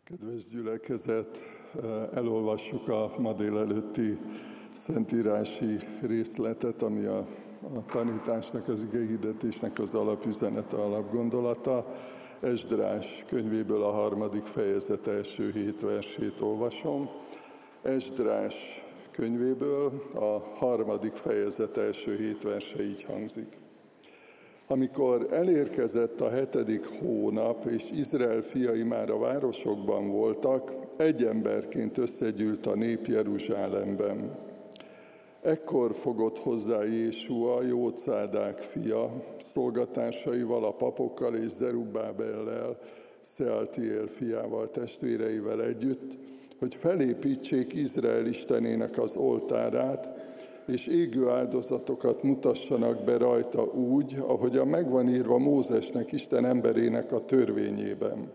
Kedves gyülekezet, elolvassuk a ma délelőtti szentírási részletet, ami a tanításnak, az igehirdetésnek az alapüzenete, alapgondolata. Esdrás könyvéből a 3. fejezet első 7 versét olvasom. Esdrás könyvéből a 3. fejezet első 7 verse így hangzik. Amikor elérkezett a 7. hónap, és Izrael fiai már a városokban voltak, egy emberként összegyűlt a nép Jeruzsálemben. Ekkor fogott hozzá Jésua, Jócádák fia, szolgatársaival, a papokkal és Zerubbábellel, Szealtiel fiával, testvéreivel együtt, hogy felépítsék Izrael istenének az oltárát, és égő áldozatokat mutassanak be rajta úgy, ahogyan megvan írva Mózesnek, Isten emberének a törvényében.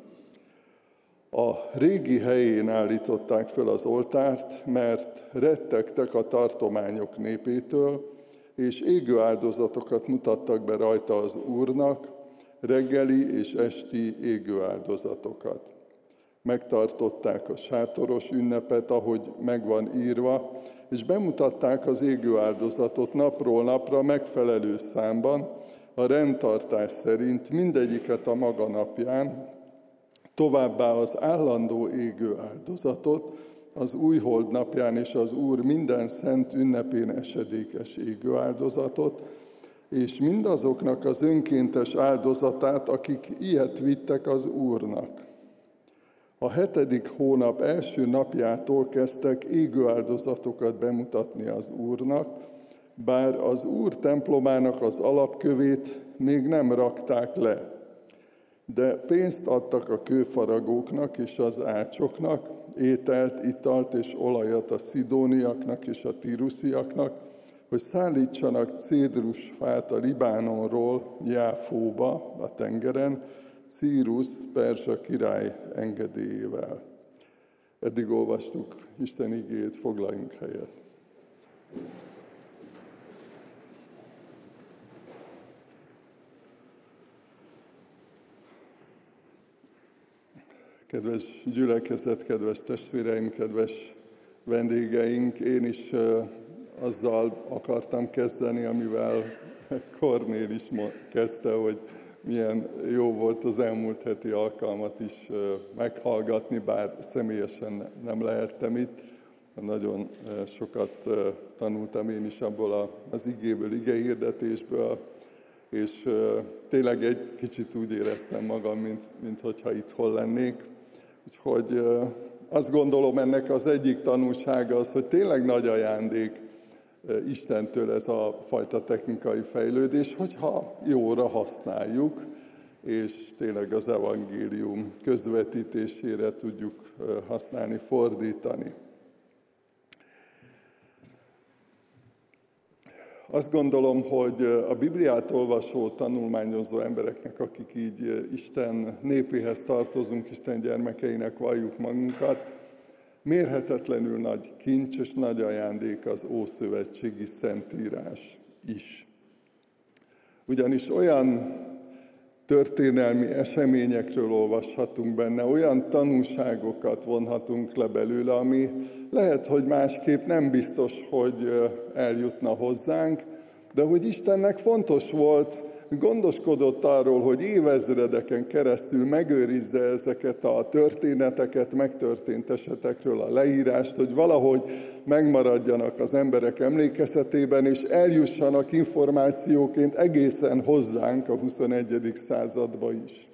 A régi helyén állították föl az oltárt, mert rettegtek a tartományok népétől, és égő áldozatokat mutattak be rajta az Úrnak, reggeli és esti égő áldozatokat. Megtartották a sátoros ünnepet, ahogy megvan írva, és bemutatták az égő áldozatot napról napra megfelelő számban, a rendtartás szerint mindegyiket a maga napján, továbbá az állandó égő áldozatot, az újhold napján és az Úr minden szent ünnepén esedékes égő áldozatot, és mindazoknak az önkéntes áldozatát, akik ilyet vittek az Úrnak. A 7. hónap első napjától kezdtek égő áldozatokat bemutatni az Úrnak, bár az Úr templomának az alapkövét még nem rakták le. De pénzt adtak a kőfaragóknak és az ácsoknak, ételt, italt és olajat a szidóniaknak és a tírusziaknak, hogy szállítsanak cédrusfát a Libánonról Jáfóba, a tengeren, Círus perzsa király engedélyével. Eddig olvastuk Isten igéjét, foglaljunk helyet. Kedves gyülekezet, kedves testvéreim, kedves vendégeink, én is azzal akartam kezdeni, amivel Kornél is kezdte, hogy milyen jó volt az elmúlt heti alkalmat is meghallgatni, bár személyesen nem lehettem itt. Nagyon sokat tanultam én is abból az igéből, igehirdetésből, és tényleg egy kicsit úgy éreztem magam, mint hogyha itthon lennék. Úgyhogy azt gondolom, ennek az egyik tanulsága az, hogy tényleg nagy ajándék Istentől ez a fajta technikai fejlődés, hogyha jóra használjuk, és tényleg az evangélium közvetítésére tudjuk használni, fordítani. Azt gondolom, hogy a Bibliát olvasó, tanulmányozó embereknek, akik így Isten népéhez tartozunk, Isten gyermekeinek valljuk magunkat, mérhetetlenül nagy kincs és nagy ajándék az ószövetségi szentírás is. Ugyanis olyan történelmi eseményekről olvashatunk benne, olyan tanulságokat vonhatunk le belőle, ami lehet, hogy másképp nem biztos, hogy eljutna hozzánk, de hogy Istennek fontos volt, gondoskodott arról, hogy évezredeken keresztül megőrizze ezeket a történeteket, megtörtént esetekről a leírást, hogy valahogy megmaradjanak az emberek emlékezetében, és eljussanak információként egészen hozzánk a 21. századba is.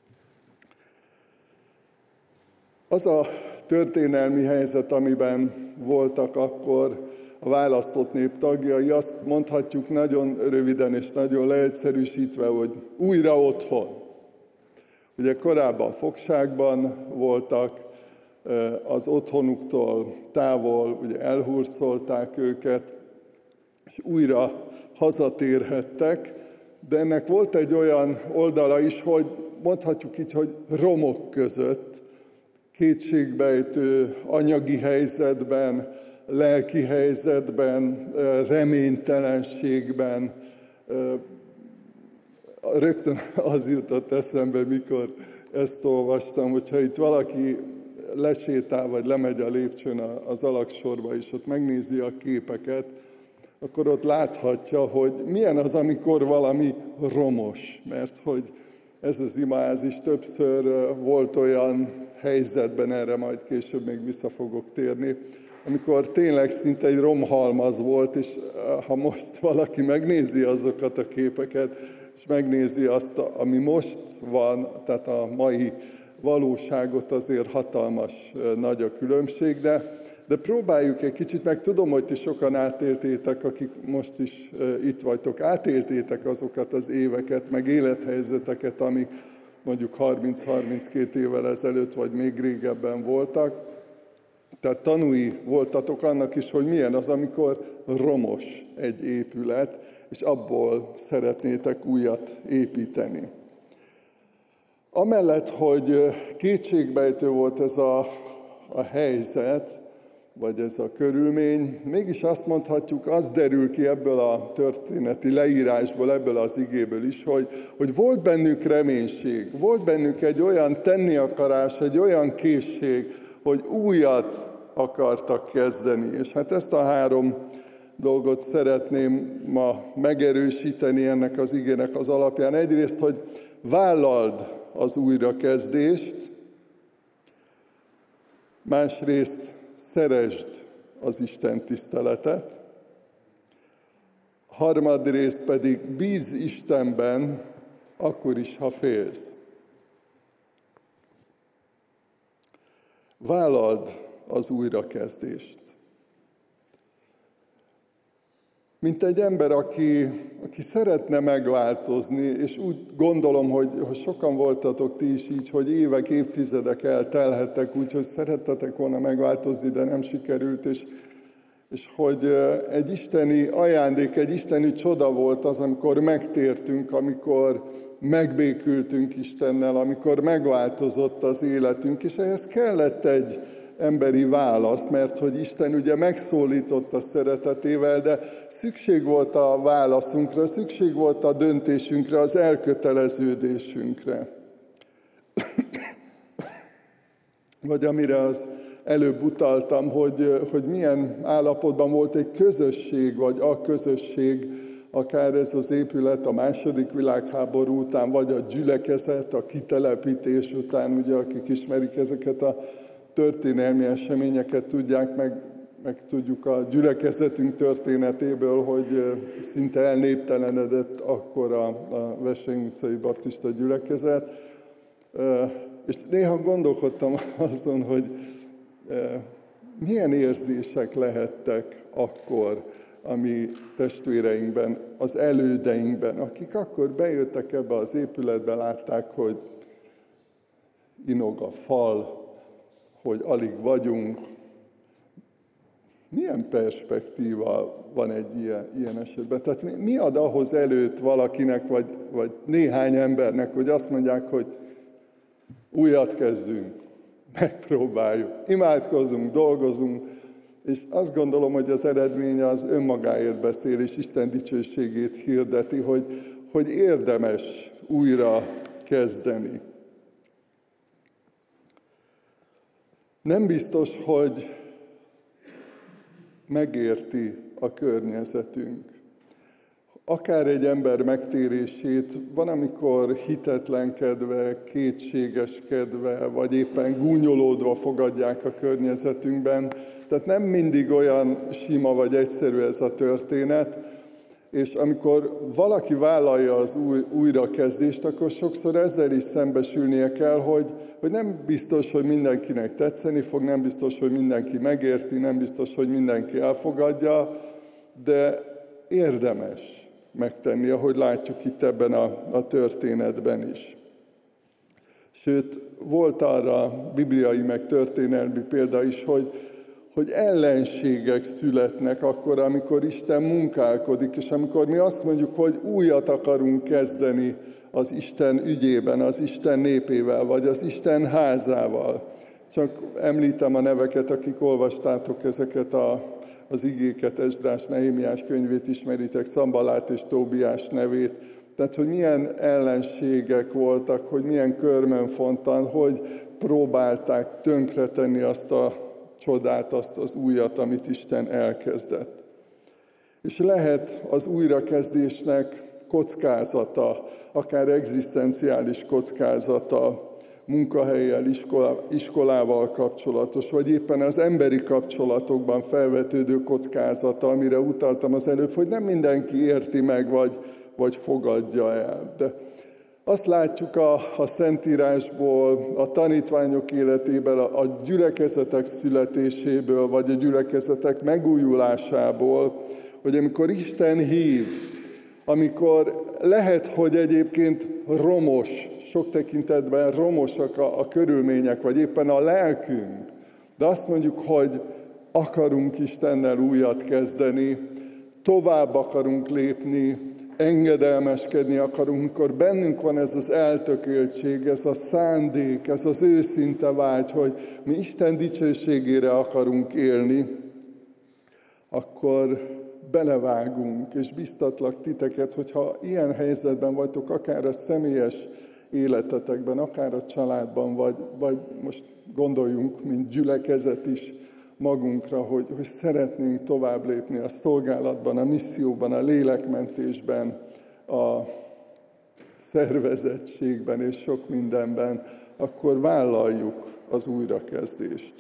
Az a történelmi helyzet, amiben voltak akkor a választott nép tagjai, azt mondhatjuk nagyon röviden és nagyon leegyszerűsítve, hogy újra otthon. Ugye korábban fogságban voltak, az otthonuktól távol, ugye elhurcolták őket, és újra hazatérhettek, de ennek volt egy olyan oldala is, hogy mondhatjuk így, hogy romok között, kétségbejtő anyagi helyzetben, lelki helyzetben, reménytelenségben. Rögtön az jutott eszembe, mikor ezt olvastam, hogyha itt valaki lesétál, vagy lemegy a lépcsőn az alagsorba, és ott megnézi a képeket, akkor ott láthatja, hogy milyen az, amikor valami romos. Mert hogy ez az imázis többször volt olyan helyzetben, erre majd később még vissza fogok térni, amikor tényleg szinte egy romhalmaz volt, és ha most valaki megnézi azokat a képeket, és megnézi azt, ami most van, tehát a mai valóságot, azért hatalmas nagy a különbség, de próbáljuk egy kicsit, meg tudom, hogy ti sokan átéltétek, akik most is itt vagytok, átéltétek azokat az éveket, meg élethelyzeteket, amik mondjuk 30-32 évvel ezelőtt, vagy még régebben voltak. Tehát tanúi voltatok annak is, hogy milyen az, amikor romos egy épület, és abból szeretnétek újat építeni. Amellett, hogy kétségbejtő volt ez a helyzet, vagy ez a körülmény, mégis azt mondhatjuk, az derül ki ebből a történeti leírásból, ebből az igéből is, hogy volt bennük reménység, volt bennük egy olyan tenni akarás, egy olyan készség, hogy újat akartak kezdeni. És hát ezt a 3 dolgot szeretném ma megerősíteni ennek az igének az alapján. Egyrészt, hogy vállald az újrakezdést, másrészt szeresd az Isten tiszteletet, harmadrészt pedig bízz Istenben, akkor is, ha félsz. Vállald az újrakezdést. Mint egy ember, aki szeretne megváltozni, és úgy gondolom, hogy sokan voltatok ti is így, hogy évek, évtizedek eltelhettek, úgyhogy szerettetek volna megváltozni, de nem sikerült, és hogy egy isteni ajándék, egy isteni csoda volt az, amikor megtértünk, amikor megbékültünk Istennel, amikor megváltozott az életünk, és ehhez kellett egy emberi válasz, mert hogy Isten ugye megszólított a szeretetével, de szükség volt a válaszunkra, szükség volt a döntésünkre, az elköteleződésünkre. Vagy amire az előbb utaltam, hogy milyen állapotban volt egy közösség, vagy a közösség, akár ez az épület a II. Világháború után, vagy a gyülekezet, a kitelepítés után, ugye akik ismerik ezeket a történelmi eseményeket, tudják, meg tudjuk a gyülekezetünk történetéből, hogy szinte elnéptelenedett akkor a Wessely utcai baptista gyülekezet. És néha gondolkodtam azon, hogy milyen érzések lehettek akkor a mi testvéreinkben, az elődeinkben, akik akkor bejöttek ebbe az épületbe, látták, hogy inog a fal, hogy alig vagyunk. Milyen perspektíva van egy ilyen esetben? Tehát mi ad ahhoz előtt valakinek, vagy néhány embernek, hogy azt mondják, hogy újat kezdünk, megpróbáljuk, imádkozzunk, dolgozunk, és azt gondolom, hogy az eredmény az önmagáért beszél, és Isten dicsőségét hirdeti, hogy érdemes újra kezdeni. Nem biztos, hogy megérti a környezetünk. Akár egy ember megtérését van, amikor hitetlenkedve, kétségeskedve, vagy éppen gúnyolódva fogadják a környezetünkben. Tehát nem mindig olyan sima vagy egyszerű ez a történet, és amikor valaki vállalja az újrakezdést, akkor sokszor ezzel is szembesülnie kell, hogy nem biztos, hogy mindenkinek tetszeni fog, nem biztos, hogy mindenki megérti, nem biztos, hogy mindenki elfogadja, de érdemes megtenni, ahogy látjuk itt ebben a történetben is. Sőt, volt arra bibliai meg történelmi példa is, hogy ellenségek születnek akkor, amikor Isten munkálkodik, és amikor mi azt mondjuk, hogy újat akarunk kezdeni az Isten ügyében, az Isten népével, vagy az Isten házával. Csak említem a neveket, akik olvastátok ezeket az igéket, Esdrás, Nehémiás könyvét ismeritek, Szambalát és Tóbiás nevét, Tehát, hogy milyen ellenségek voltak, hogy milyen körmönfontan, hogy próbálták tönkretenni azt a csodát, azt az újat, amit Isten elkezdett. És lehet az újrakezdésnek kockázata, akár egzisztenciális kockázata, munkahelyel, iskolával kapcsolatos, vagy éppen az emberi kapcsolatokban felvetődő kockázata, amire utaltam az előbb, hogy nem mindenki érti meg, vagy fogadja el. De azt látjuk a Szentírásból, a tanítványok életéből, a gyülekezetek születéséből, vagy a gyülekezetek megújulásából, hogy amikor Isten hív, amikor lehet, hogy egyébként romos, sok tekintetben romosak a körülmények, vagy éppen a lelkünk, de azt mondjuk, hogy akarunk Istennel újat kezdeni, tovább akarunk lépni, engedelmeskedni akarunk, amikor bennünk van ez az eltökéltség, ez a szándék, ez az őszinte vágy, hogy mi Isten dicsőségére akarunk élni, akkor belevágunk, és biztatlak titeket, hogyha ilyen helyzetben vagytok, akár a személyes életetekben, akár a családban, vagy most gondoljunk, mint gyülekezet is magunkra, hogy szeretnénk tovább lépni a szolgálatban, a misszióban, a lélekmentésben, a szervezettségben és sok mindenben, akkor vállaljuk az újrakezdést.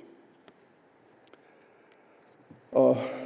A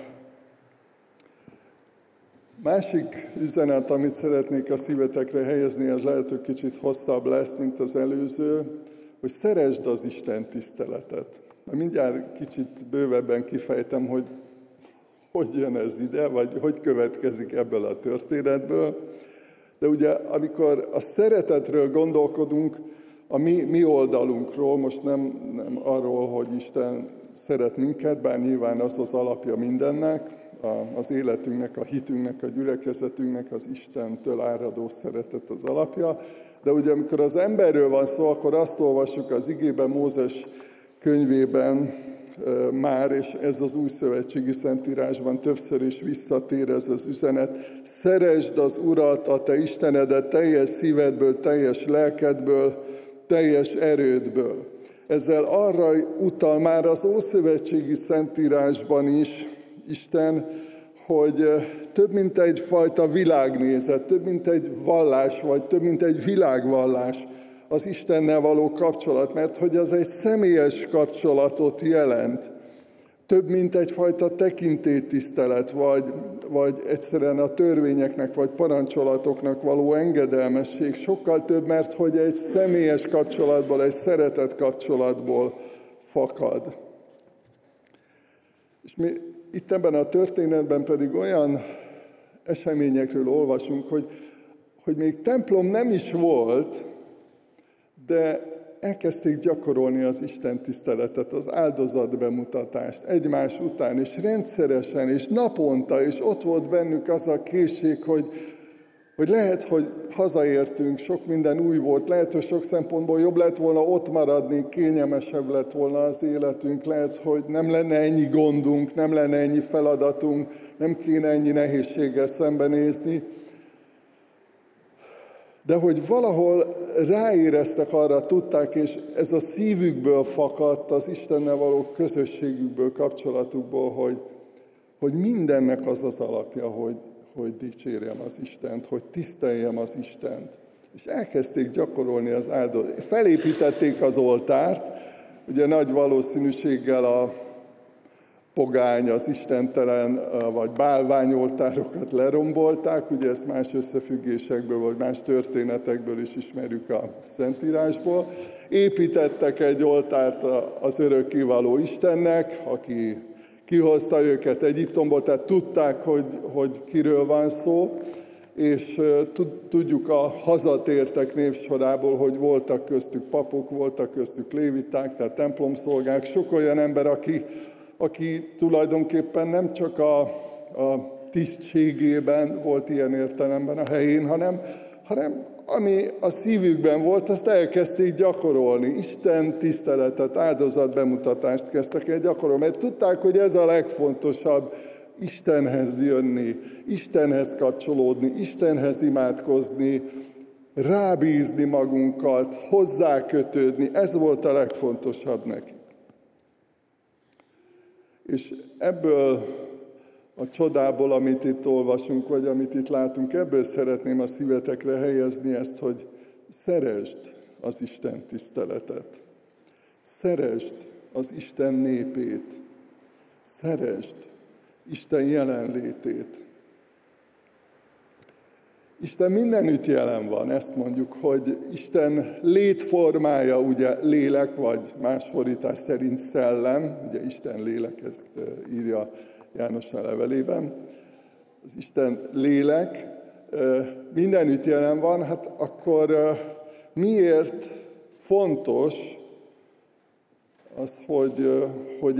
másik üzenet, amit szeretnék a szívetekre helyezni, az lehet, hogy kicsit hosszabb lesz, mint az előző, hogy szeresd az Isten tiszteletet. Mindjárt kicsit bővebben kifejtem, hogy jön ez ide, vagy hogy következik ebből a történetből. De ugye, amikor a szeretetről gondolkodunk, a mi oldalunkról, most nem arról, hogy Isten szeret minket, bár nyilván az az alapja mindennek, az életünknek, a hitünknek, a gyülekezetünknek, az Istentől áradó szeretet az alapja. De ugye amikor az emberről van szó, akkor azt olvassuk az igében, Mózes könyvében már, és ez az újszövetségi szentírásban többször is visszatér ez az üzenet. Szeresd az Urat, a te Istenedet teljes szívedből, teljes lelkedből, teljes erődből. Ezzel arra utal már az ószövetségi szentírásban is Isten, hogy több mint egyfajta világnézet, több mint egy vallás, vagy több mint egy világvallás az Istennel való kapcsolat, mert hogy az egy személyes kapcsolatot jelent. Több mint egyfajta tekintélytisztelet, vagy egyszerűen a törvényeknek, vagy parancsolatoknak való engedelmesség. Sokkal több, mert hogy egy személyes kapcsolatból, egy szeretet kapcsolatból fakad. És mi itt ebben a történetben pedig olyan eseményekről olvasunk, hogy még templom nem is volt, de elkezdték gyakorolni az Isten tiszteletet, az áldozatbemutatást egymás után, és rendszeresen, és naponta, és ott volt bennük az a készség, hogy lehet, hogy hazaértünk, sok minden új volt, lehet, hogy sok szempontból jobb lett volna ott maradni, kényelmesebb lett volna az életünk, lehet, hogy nem lenne ennyi gondunk, nem lenne ennyi feladatunk, nem kéne ennyi nehézséggel szembenézni, de hogy valahol ráéreztek arra, tudták, és ez a szívükből fakadt, az Istennel való közösségükből, kapcsolatukból, hogy mindennek az az alapja, hogy dicsérjem az Istent, hogy tiszteljem az Istent. És elkezdték gyakorolni az áldozatot. Felépítették az oltárt, ugye nagy valószínűséggel a pogány, az istentelen vagy bálványoltárokat lerombolták, ugye ezt más összefüggésekből, vagy más történetekből is ismerjük a Szentírásból. Építettek egy oltárt az örökkévaló Istennek, aki kihozta őket Egyiptomból, tehát tudták, hogy kiről van szó, és tudjuk a hazatértek névsorából, hogy voltak köztük papok, voltak köztük léviták, tehát templomszolgák, sok olyan ember, aki tulajdonképpen nem csak a tisztségében volt ilyen értelemben a helyén, hanem ami a szívükben volt, azt elkezdték gyakorolni. Isten tiszteletet, áldozatbemutatást kezdtek el gyakorolni, mert tudták, hogy ez a legfontosabb Istenhez jönni, Istenhez kapcsolódni, Istenhez imádkozni, rábízni magunkat, hozzákötődni. Ez volt a legfontosabb neki. És ebből a csodából, amit itt olvasunk, vagy amit itt látunk, ebből szeretném a szívetekre helyezni ezt, hogy szeresd az Isten tiszteletet. Szeresd az Isten népét. Szeresd Isten jelenlétét. Isten mindenütt jelen van, ezt mondjuk, hogy Isten létformája ugye lélek, vagy más fordítás szerint szellem, ugye Isten lélek, ezt írja János a levelében. Az Isten lélek mindenütt jelen van, hát akkor miért fontos az, hogy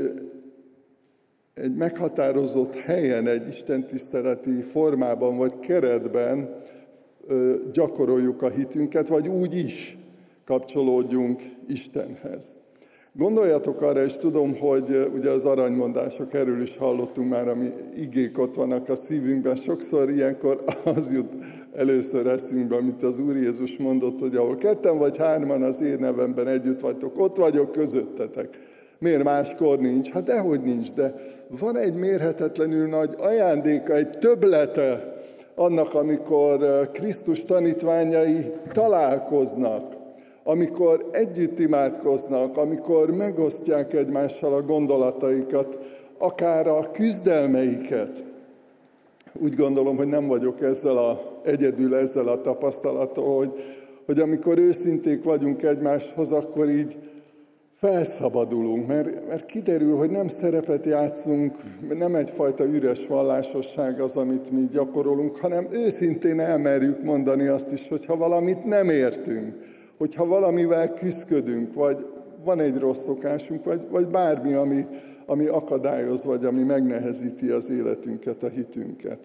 egy meghatározott helyen, egy istentiszteleti formában vagy keretben gyakoroljuk a hitünket, vagy úgy is kapcsolódjunk Istenhez. Gondoljatok arra, és tudom, hogy ugye az aranymondások, erről is hallottunk már, ami igék ott vannak a szívünkben. Sokszor ilyenkor az jut először eszünkbe, amit az Úr Jézus mondott, hogy ahol 2 vagy 3 az én nevemben együtt vagytok, ott vagyok közöttetek. Miért máskor nincs? Hát dehogy nincs, de van egy mérhetetlenül nagy ajándéka, egy többlete annak, amikor Krisztus tanítványai találkoznak, amikor együtt imádkoznak, amikor megosztják egymással a gondolataikat, akár a küzdelmeiket. Úgy gondolom, hogy nem vagyok egyedül ezzel a tapasztalattal, hogy amikor őszinték vagyunk egymáshoz, akkor így felszabadulunk, mert kiderül, hogy nem szerepet játszunk, nem egyfajta üres vallásosság az, amit mi gyakorolunk, hanem őszintén elmerjük mondani azt is, hogyha valamit nem értünk, hogyha valamivel küszködünk, vagy van egy rossz szokásunk, vagy bármi, ami akadályoz, vagy ami megnehezíti az életünket, a hitünket.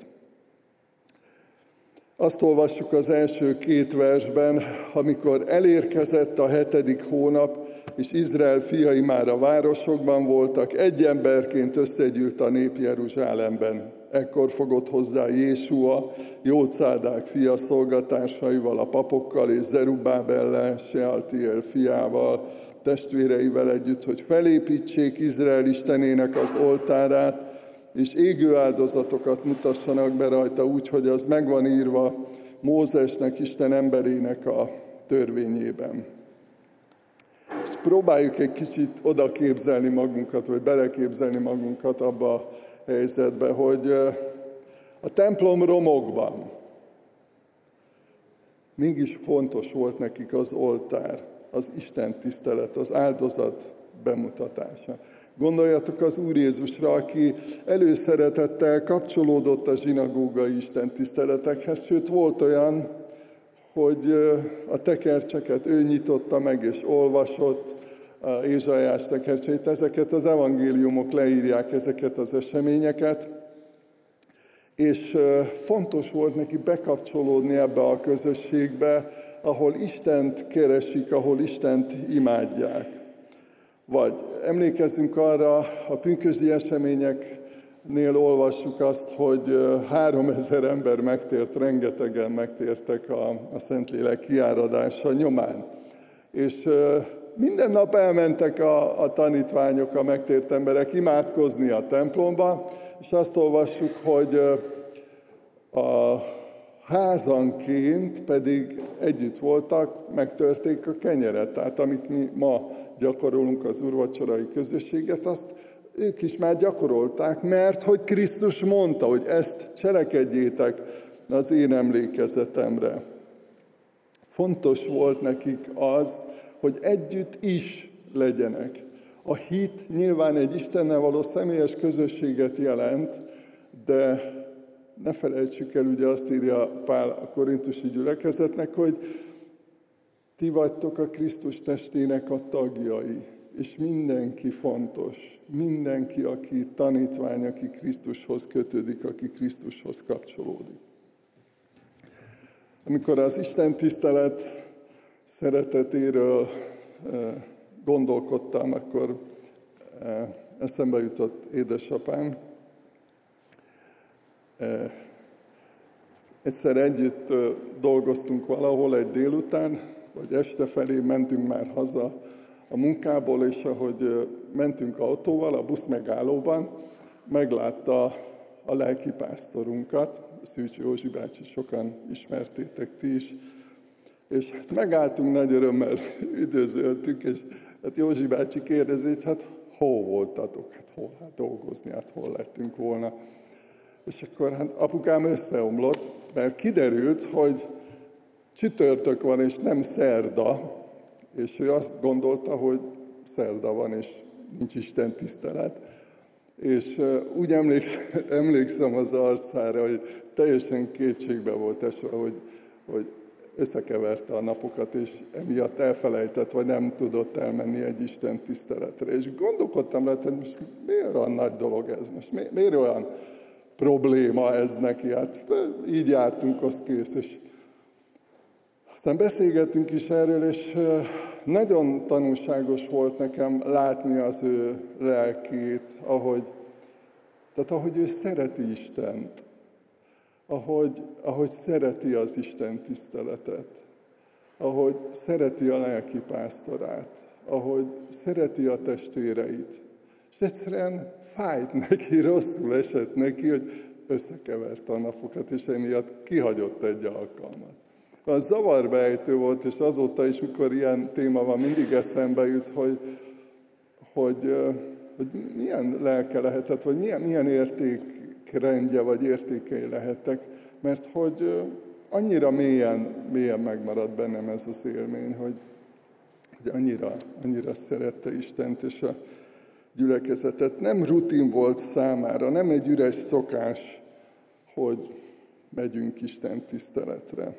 Azt olvassuk az első 2 versben, amikor elérkezett a 7. hónap, és Izrael fiai már a városokban voltak, egy emberként összegyűlt a nép Jeruzsálemben. Ekkor fogott hozzá Jésua, Jócádák fia szolgatársaival, a papokkal és Zerubábellel, Sealtiel fiával, testvéreivel együtt, hogy felépítsék Izrael Istenének az oltárát, és égő áldozatokat mutassanak be rajta úgy, hogy az meg van írva Mózesnek, Isten emberének a törvényében. És próbáljuk egy kicsit odaképzelni magunkat, vagy beleképzelni magunkat abba a helyzetbe, hogy a templom romokban mégis fontos volt nekik az oltár, az Isten tisztelet, az áldozat bemutatása. Gondoljatok az Úr Jézusra, aki előszeretettel kapcsolódott a zsinagógai istentiszteletekhez, sőt volt olyan, hogy a tekercseket ő nyitotta meg és olvasott, Ézsaiás tekercseit, ezeket az evangéliumok leírják, ezeket az eseményeket, és fontos volt neki bekapcsolódni ebbe a közösségbe, ahol Istent keresik, ahol Istent imádják. Vagy emlékezzünk arra, a pünkösdi eseményeknél olvassuk azt, hogy 3000 ember megtért, rengetegen megtértek a Szentlélek kiáradása nyomán. És minden nap elmentek a tanítványok, a megtért emberek imádkozni a templomba, és azt olvassuk, hogy a házanként pedig együtt voltak, megtörték a kenyeret. Tehát amit mi ma gyakorolunk, az úrvacsorai közösséget, azt ők is már gyakorolták, mert hogy Krisztus mondta, hogy ezt cselekedjétek az én emlékezetemre. Fontos volt nekik az, hogy együtt is legyenek. A hit nyilván egy Istennel való személyes közösséget jelent, de ne felejtsük el, ugye azt írja Pál a korintusi gyülekezetnek, hogy ti vagytok a Krisztus testének a tagjai, és mindenki fontos, mindenki, aki tanítvány, aki Krisztushoz kötődik, aki Krisztushoz kapcsolódik. Amikor az Isten tisztelet szeretetéről gondolkodtam, akkor eszembe jutott édesapám, Egyszer együtt dolgoztunk valahol egy délután, vagy este felé mentünk már haza a munkából, és ahogy mentünk autóval a busz megállóban, meglátta a lelkipásztorunkat, Szűcs Józsi bácsi, sokan ismertétek ti is, és hát megálltunk, nagy örömmel üdvözöltük, és hát Józsi bácsi kérdezi, hogy hát hol voltatok? Hát hol? Hát dolgozni, hát hol lettünk volna? És akkor hát apukám összeomlott, mert kiderült, hogy csütörtök van, és nem szerda, és ő azt gondolta, hogy szerda van, és nincs Isten tisztelet. És úgy emlékszem az arcára, hogy teljesen kétségbe volt esve, hogy összekeverte a napokat, és emiatt elfelejtett, vagy nem tudott elmenni egy Isten tiszteletre. És gondolkodtam rá, hogy most miért olyan nagy dolog ez? Most miért olyan probléma ez neki? Hát így jártunk, az kész. És aztán beszélgettünk is erről, és nagyon tanulságos volt nekem látni az ő lelkét, ahogy ő szereti Istent, ahogy szereti az Isten tiszteletet, ahogy szereti a lelkipásztorát, ahogy szereti a testvéreit. És egyszerűen fájt neki, rosszul esett neki, hogy összekeverte a napokat, és emiatt kihagyott egy alkalmat. Az zavarba ejtő volt, és azóta is, mikor ilyen téma van, mindig eszembe jut, hogy milyen lelke lehetett, vagy milyen értékrendje, vagy értékei lehettek, mert hogy annyira mélyen megmaradt bennem ez az élmény, hogy annyira szerette Istent és a gyülekezetet. Nem rutin volt számára, nem egy üres szokás, hogy megyünk Isten tiszteletre.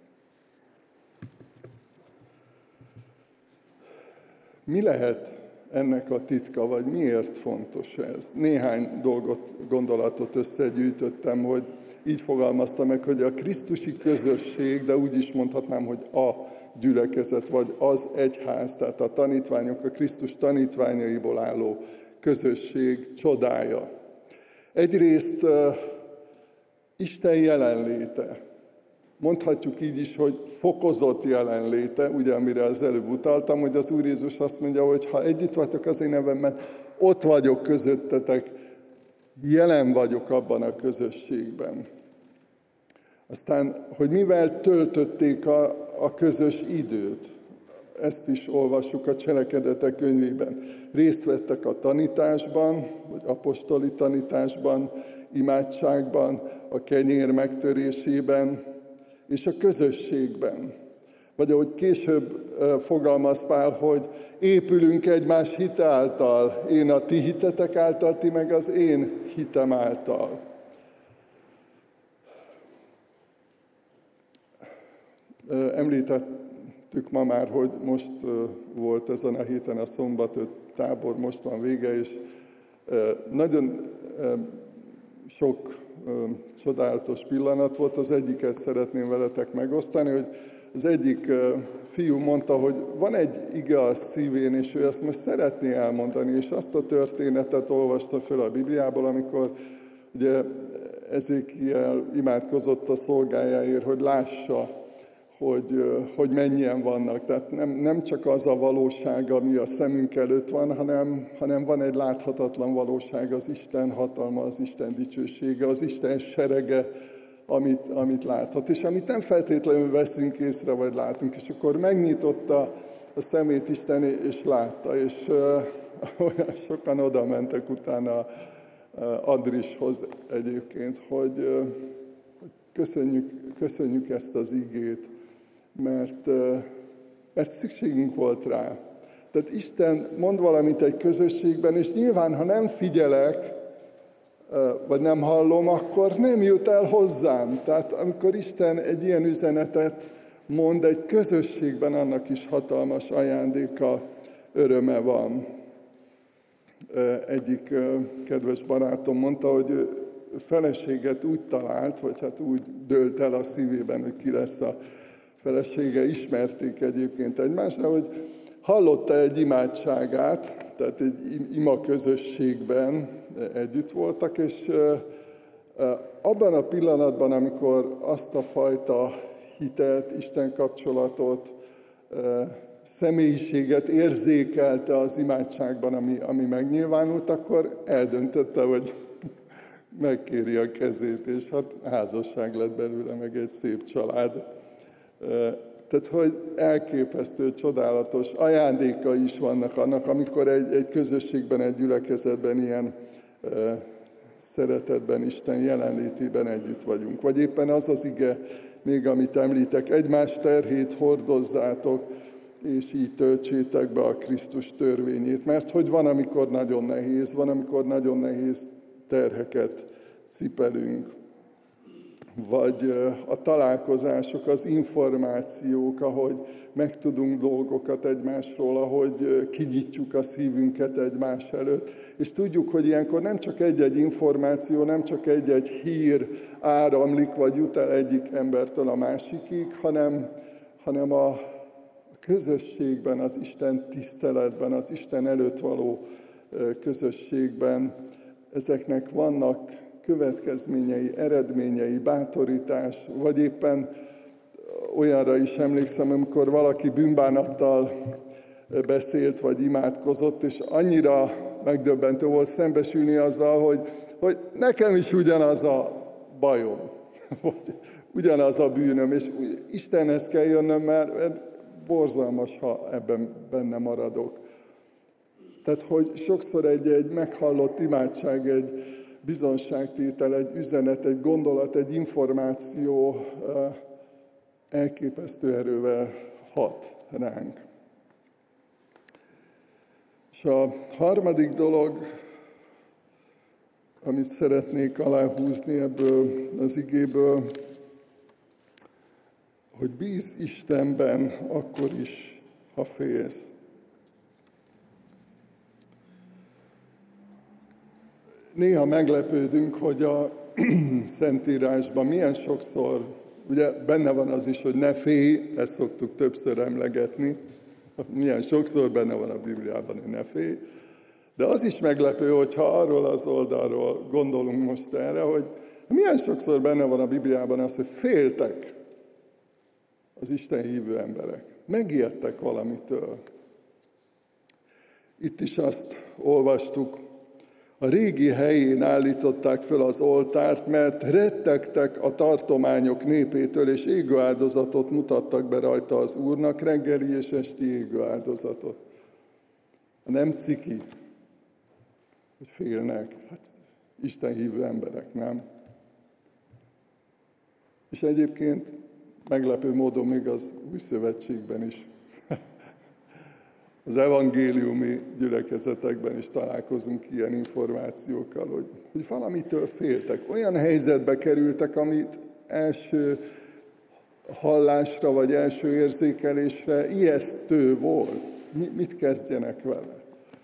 Mi lehet ennek a titka, vagy miért fontos ez? Néhány gondolatot összegyűjtöttem, hogy így fogalmaztam meg, hogy a krisztusi közösség, de úgy is mondhatnám, hogy a gyülekezet, vagy az egyház, tehát a tanítványok, a Krisztus tanítványaiból álló közösség csodája. Egyrészt Isten jelenléte. Mondhatjuk így is, hogy fokozott jelenléte, ugye amire az előbb utaltam, hogy az Úr Jézus azt mondja, hogy ha együtt vagytok az én nevemben, ott vagyok közöttetek, jelen vagyok abban a közösségben. Aztán, hogy mivel töltötték a közös időt, ezt is olvassuk a Cselekedetek könyvében. Részt vettek a tanításban, vagy apostoli tanításban, imádságban, a kenyér megtörésében, és a közösségben. Vagy ahogy később fogalmaz Pál, hogy épülünk egymás hite által, én a ti hitetek által, ti meg az én hitem által. Említettük ma már, hogy most volt ezen a héten a szombatő tábor, most van vége, és nagyon sok csodálatos pillanat volt. Az egyiket szeretném veletek megosztani, hogy az egyik fiú mondta, hogy van egy ige a szívén, és ő ezt most szeretné elmondani, és azt a történetet olvasta föl a Bibliából, amikor ugye Ezékiel imádkozott a szolgájáért, hogy lássa, hogy mennyien vannak. Tehát nem csak az a valóság, ami a szemünk előtt van, hanem van egy láthatatlan valóság, az Isten hatalma, az Isten dicsősége, az Isten serege, amit láthat, és amit nem feltétlenül veszünk észre, vagy látunk. És akkor megnyitotta a szemét Isten, és látta, és olyan sokan oda mentek utána Andrishoz egyébként, hogy köszönjük ezt az igét, mert szükségünk volt rá. Tehát Isten mond valamit egy közösségben, és nyilván, ha nem figyelek, vagy nem hallom, akkor nem jut el hozzám. Tehát amikor Isten egy ilyen üzenetet mond egy közösségben, annak is hatalmas ajándéka, öröme van. Egyik kedves barátom mondta, hogy ő feleséget úgy talált, vagy hát úgy dőlt el a szívében, hogy ki lesz a felesége, ismerték egyébként egymást, de hogy hallotta egy imádságát, tehát egy ima közösségben együtt voltak, és abban a pillanatban, amikor azt a fajta hitet, Isten kapcsolatot, személyiséget érzékelte az imádságban, ami megnyilvánult, akkor eldöntötte, hogy megkéri a kezét, és hát házasság lett belőle, meg egy szép család. Tehát, hogy elképesztő, csodálatos ajándékai is vannak annak, amikor egy közösségben, egy gyülekezetben ilyen szeretetben, Isten jelenlétében együtt vagyunk. Vagy éppen az az ige, még amit említek, egymás terhét hordozzátok, és így töltsétek be a Krisztus törvényét. Mert hogy van, amikor nagyon nehéz, van, amikor nagyon nehéz terheket cipelünk. Vagy a találkozások, az információk, ahogy megtudunk dolgokat egymásról, ahogy kinyitjuk a szívünket egymás előtt. És tudjuk, hogy ilyenkor nem csak egy-egy információ, nem csak egy-egy hír áramlik, vagy jut el egyik embertől a másikig, hanem a közösségben, az Isten tiszteletben, az Isten előtt való közösségben ezeknek vannak következményei, eredményei, bátorítás, vagy éppen olyanra is emlékszem, amikor valaki bűnbánattal beszélt, vagy imádkozott, és annyira megdöbbentő volt szembesülni azzal, hogy nekem is ugyanaz a bajom, vagy ugyanaz a bűnöm, és Istenhez kell jönnöm, mert borzalmas, ha ebben benne maradok. Tehát, hogy sokszor egy meghallott imádság, egy bizonságtétel, egy üzenet, egy gondolat, egy információ elképesztő erővel hat ránk. És a harmadik dolog, amit szeretnék aláhúzni ebből az igéből, hogy bízz Istenben akkor is, ha félsz. Néha meglepődünk, hogy a Szentírásban milyen sokszor, ugye benne van az is, hogy ne félj, ezt szoktuk többször emlegetni, milyen sokszor benne van a Bibliában, hogy ne félj, de az is meglepő, hogyha arról az oldalról gondolunk most erre, hogy milyen sokszor benne van a Bibliában az, hogy féltek az Isten hívő emberek. Megijedtek valamitől. Itt is azt olvastuk, a régi helyén állították föl az oltárt, mert rettegtek a tartományok népétől, és égőáldozatot mutattak be rajta az Úrnak, reggeli és esti égőáldozatot. Nem ciki, hogy félnek. Hát Isten hívő emberek, nem? És egyébként meglepő módon még az Új Szövetségben is, az evangéliumi gyülekezetekben is találkozunk ilyen információkkal, hogy valamitől féltek. Olyan helyzetbe kerültek, amit első hallásra vagy első érzékelésre ijesztő volt. Mit kezdjenek vele?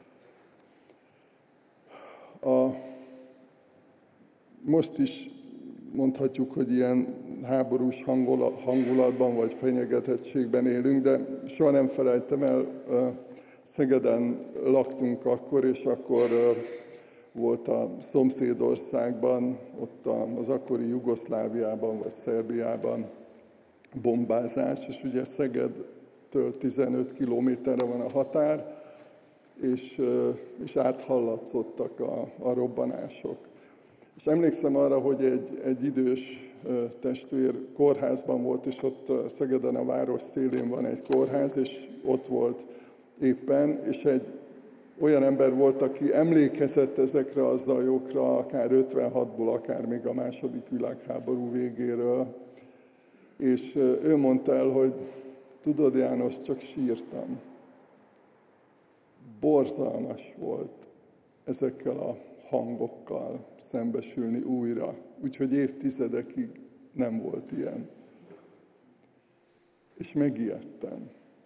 Most is mondhatjuk, hogy ilyen háborús hangulatban vagy fenyegetettségben élünk, de soha nem felejtem el, Szegeden laktunk akkor, és akkor volt a szomszédországban, ott az akkori Jugoszláviában vagy Szerbiában bombázás, és ugye Szegedtől 15 kilométerre van a határ, és áthallatszottak a robbanások. És emlékszem arra, hogy egy idős testvér kórházban volt, és ott Szegeden a város szélén van egy kórház, és ott volt éppen, és egy olyan ember volt, aki emlékezett ezekre a zajokra, akár 56-ból, akár még a II. Világháború végéről. És ő mondta el, hogy tudod, János, csak sírtam. Borzalmas volt ezekkel a hangokkal szembesülni újra. Úgyhogy évtizedekig nem volt ilyen. És megijedtem.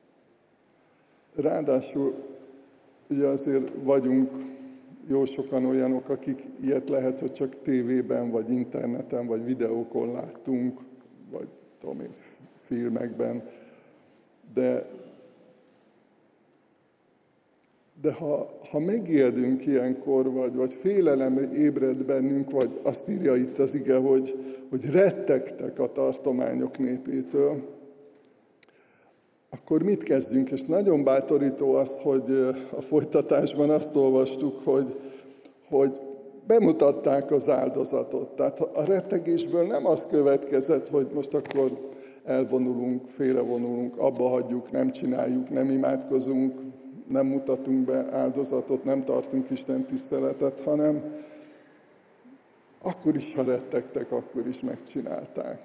Ráadásul ugye azért vagyunk jó sokan olyanok, akik ilyet lehet, hogy csak tévében, vagy interneten, vagy videókon láttunk, vagy tudom én, filmekben, de De ha megijedünk ilyenkor, vagy félelem ébred bennünk, vagy azt írja itt az ige, hogy rettegtek a tartományok népétől, akkor mit kezdjünk? És nagyon bátorító az, hogy a folytatásban azt olvastuk, hogy bemutatták az áldozatot. Tehát a rettegésből nem az következett, hogy most akkor elvonulunk, félrevonulunk, abba hagyjuk, nem csináljuk, nem imádkozunk, nem mutatunk be áldozatot, nem tartunk Isten tiszteletet, hanem akkor is, ha rettegtek, akkor is megcsinálták.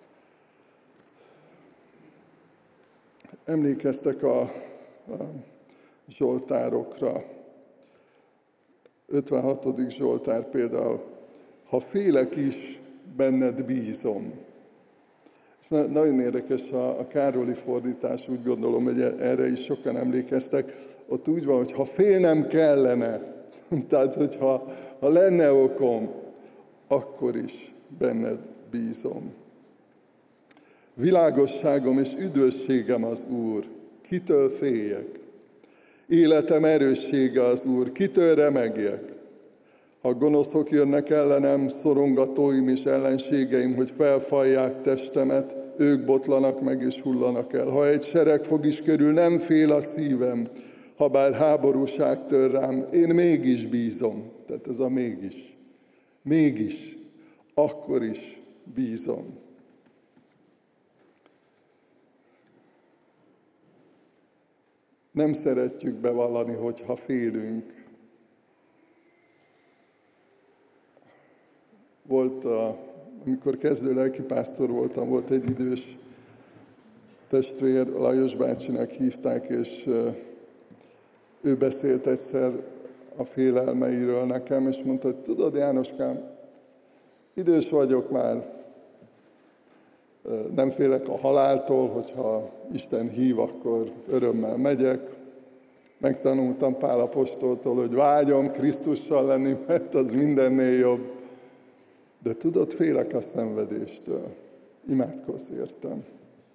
Emlékeztek a zsoltárokra. 56. Zsoltár például, ha félek is, benned bízom. És nagyon érdekes a Károli fordítás, úgy gondolom, hogy erre is sokan emlékeztek. Ott úgy van, hogy ha félnem kellene, tehát hogyha lenne okom, akkor is benned bízom. Világosságom és üdvösségem az Úr, kitől féljek? Életem erőssége az Úr, kitől remegjek? Ha gonoszok jönnek ellenem, szorongatóim és ellenségeim, hogy felfalják testemet, ők botlanak meg és hullanak el. Ha egy seregfog is körül, nem fél a szívem, ha bár háborúság tör rám, én mégis bízom. Tehát ez a mégis. Mégis, akkor is bízom. Nem szeretjük bevallani, hogyha félünk. Amikor kezdő lelkipásztor voltam, volt egy idős testvér, Lajos bácsinak hívták, és ő beszélt egyszer a félelmeiről nekem, és mondta, hogy tudod, Jánoskám, idős vagyok már, nem félek a haláltól, hogyha Isten hív, akkor örömmel megyek. Megtanultam Pál apostoltól, hogy vágyom Krisztussal lenni, mert az mindennél jobb. De tudod, félek a szenvedéstől. Imádkozz értem.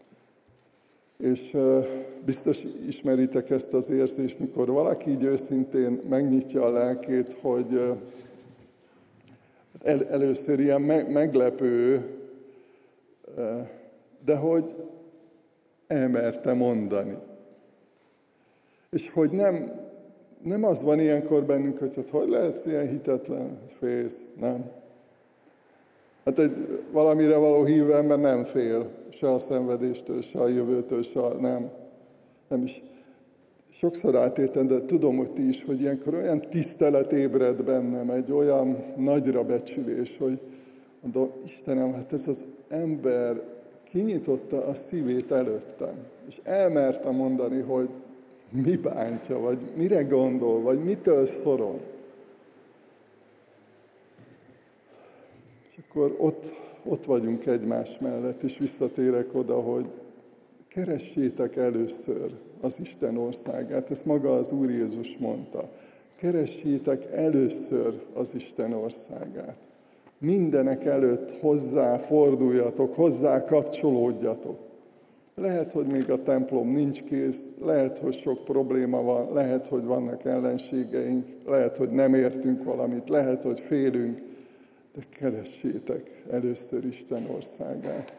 És biztos ismeritek ezt az érzést, mikor valaki így őszintén megnyitja a lelkét, hogy először ilyen meglepő, de hogy elmerte mondani. És hogy nem az van ilyenkor bennünk, hogy hát hogy lehetsz ilyen hitetlen, félsz, nem? Hát egy valamire való hívő ember nem fél, se a szenvedéstől, se a jövőtől, nem is. Sokszor átéltem, de tudom, hogy ti is, hogy ilyenkor olyan tisztelet ébred bennem, egy olyan nagyra becsülés, hogy mondom, Istenem, hát ez az ember kinyitotta a szívét előttem, és elmerte mondani, hogy mi bántja, vagy mire gondol, vagy mitől szorong. És akkor ott vagyunk egymás mellett, és visszatérek oda, hogy keressétek először az Isten országát. Ezt maga az Úr Jézus mondta. Keressétek először az Isten országát. Mindenek előtt hozzá forduljatok, hozzá kapcsolódjatok. Lehet, hogy még a templom nincs kész, lehet, hogy sok probléma van, lehet, hogy vannak ellenségeink, lehet, hogy nem értünk valamit, lehet, hogy félünk, de keressétek először Isten országát.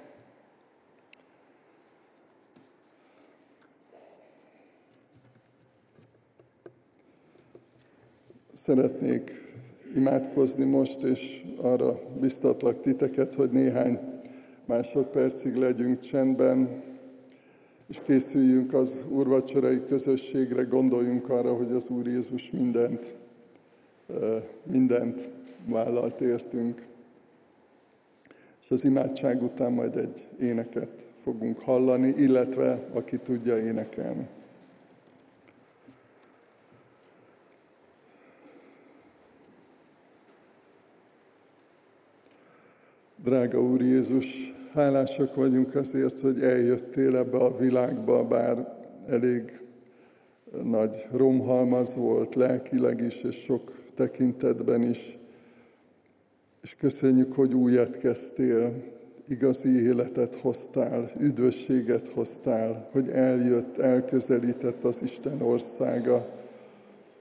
Szeretnék imádkozni most, és arra biztatlak titeket, hogy néhány másodpercig legyünk csendben, és készüljünk az úrvacsorai közösségre, gondoljunk arra, hogy az Úr Jézus mindent vállalt értünk. És az imádság után majd egy éneket fogunk hallani, illetve aki tudja énekelni. Drága Úr Jézus, hálásak vagyunk azért, hogy eljöttél ebbe a világba, bár elég nagy romhalmaz volt, lelkileg is, és sok tekintetben is. És köszönjük, hogy újat kezdtél, igazi életet hoztál, üdvösséget hoztál, hogy eljött, elközelített az Isten országa.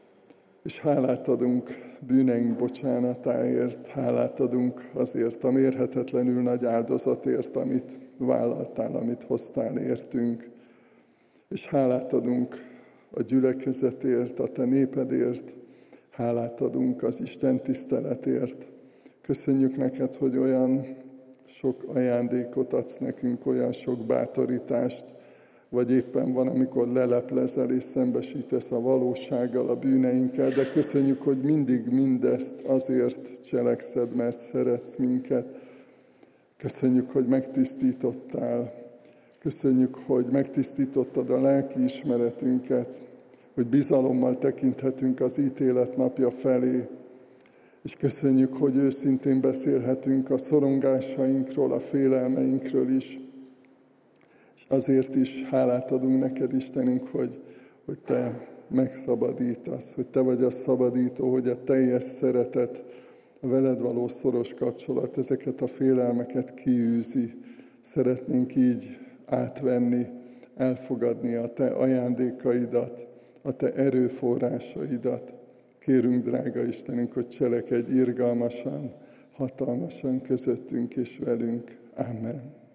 És hálát adunk bűneink bocsánatáért, hálát adunk azért a mérhetetlenül nagy áldozatért, amit vállaltál, amit hoztál értünk. És hálát adunk a gyülekezetért, a te népedért, hálát adunk az Isten tiszteletért. Köszönjük neked, hogy olyan sok ajándékot adsz nekünk, olyan sok bátorítást, vagy éppen van, amikor leleplezel és szembesítesz a valósággal, a bűneinkkel, de köszönjük, hogy mindig mindezt azért cselekszed, mert szeretsz minket. Köszönjük, hogy megtisztítottál. Köszönjük, hogy megtisztítottad a lelki ismeretünket, hogy bizalommal tekinthetünk az ítélet napja felé, és köszönjük, hogy őszintén beszélhetünk a szorongásainkról, a félelmeinkről is. És azért is hálát adunk neked, Istenünk, hogy te megszabadítasz, hogy te vagy a szabadító, hogy a teljes szeretet, a veled való szoros kapcsolat ezeket a félelmeket kiűzi. Szeretnénk így átvenni, elfogadni a te ajándékaidat, a te erőforrásaidat. Kérünk, drága Istenünk, hogy cselekedj irgalmasan, hatalmasan közöttünk és velünk. Amen.